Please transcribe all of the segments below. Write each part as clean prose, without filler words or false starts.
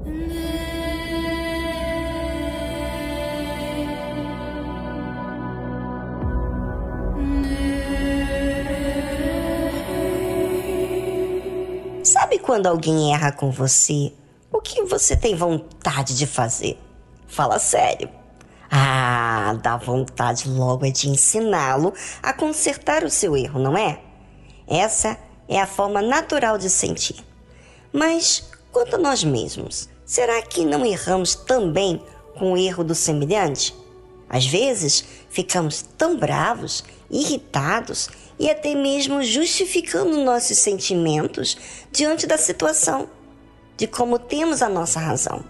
Sabe quando alguém erra com você, o que você tem vontade de fazer? Fala sério. Dá vontade logo de ensiná-lo a consertar o seu erro, não é? Essa é a forma natural de sentir. Mas quanto a nós mesmos, será que não erramos também com o erro do semelhante? Às vezes, ficamos tão bravos, irritados e até mesmo justificando nossos sentimentos diante da situação, de como temos a nossa razão.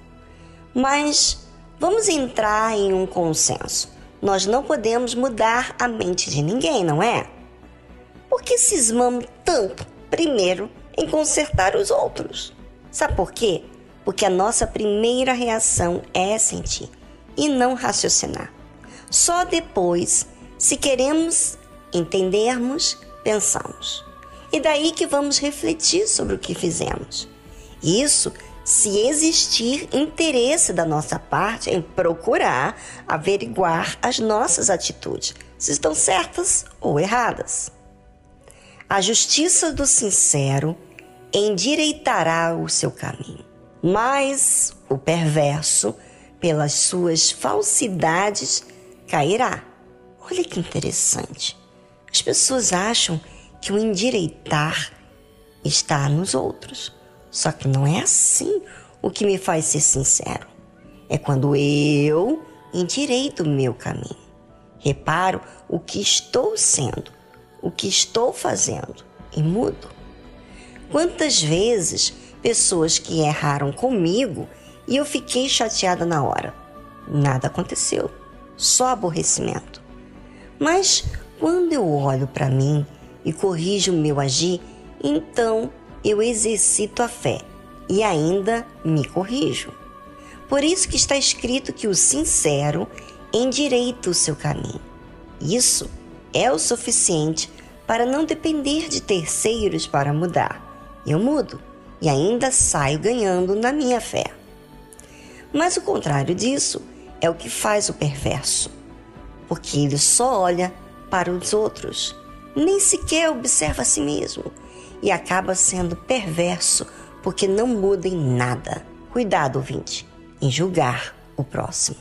Mas vamos entrar em um consenso. Nós não podemos mudar a mente de ninguém, não é? Por que cismamos tanto, primeiro, em consertar os outros? Sabe por quê? Porque a nossa primeira reação é sentir e não raciocinar. Só depois, se queremos entendermos, pensamos. E daí que vamos refletir sobre o que fizemos. Isso se existir interesse da nossa parte em procurar averiguar as nossas atitudes, se estão certas ou erradas. A justiça do sincero endireitará o seu caminho, mas o perverso, pelas suas falsidades, cairá. Olha que interessante. As pessoas acham que o endireitar está nos outros. Só que não é assim o que me faz ser sincero. É quando eu endireito o meu caminho. Reparo o que estou sendo, o que estou fazendo e mudo. Quantas vezes pessoas que erraram comigo e eu fiquei chateada na hora? Nada aconteceu, só aborrecimento. Mas quando eu olho para mim e corrijo o meu agir, então eu exercito a fé e ainda me corrijo. Por isso que está escrito que o sincero endireita o seu caminho. Isso é o suficiente para não depender de terceiros para mudar. Eu mudo e ainda saio ganhando na minha fé. Mas o contrário disso é o que faz o perverso, porque ele só olha para os outros, nem sequer observa a si mesmo e acaba sendo perverso porque não muda em nada. Cuidado, ouvinte, em julgar o próximo.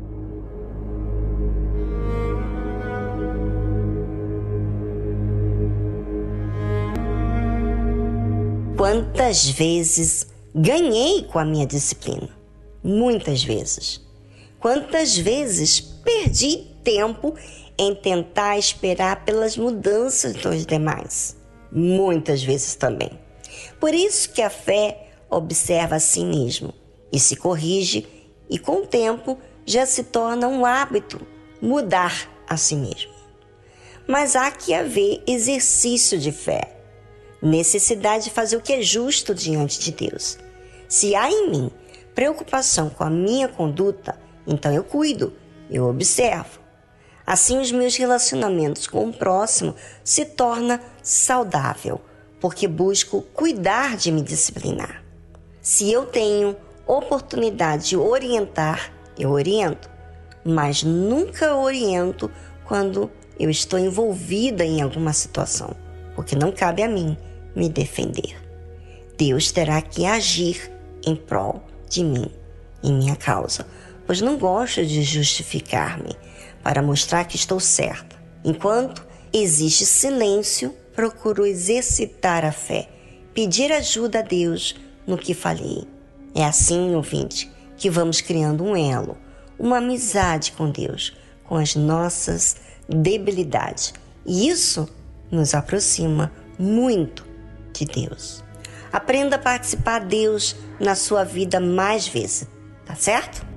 Quantas vezes ganhei com a minha disciplina? Muitas vezes. Quantas vezes perdi tempo em tentar esperar pelas mudanças dos demais? Muitas vezes também. Por isso que a fé observa a si mesmo e se corrige, e com o tempo já se torna um hábito mudar a si mesmo. Mas há que haver exercício de fé, necessidade de fazer o que é justo diante de Deus. Se há em mim preocupação com a minha conduta, então eu cuido, eu observo. Assim os meus relacionamentos com o próximo se tornam saudáveis, porque busco cuidar de me disciplinar. Se eu tenho oportunidade de orientar, eu oriento, mas nunca oriento quando eu estou envolvida em alguma situação, porque não cabe a mim me defender. Deus terá que agir em prol de mim, em minha causa, pois não gosto de justificar-me para mostrar que estou certa. Enquanto existe silêncio, procuro exercitar a fé, pedir ajuda a Deus no que falhei. É assim, ouvinte, que vamos criando um elo, uma amizade com Deus, com as nossas debilidades. E isso nos aproxima muito de Deus. Aprenda a participar de Deus na sua vida mais vezes, tá certo?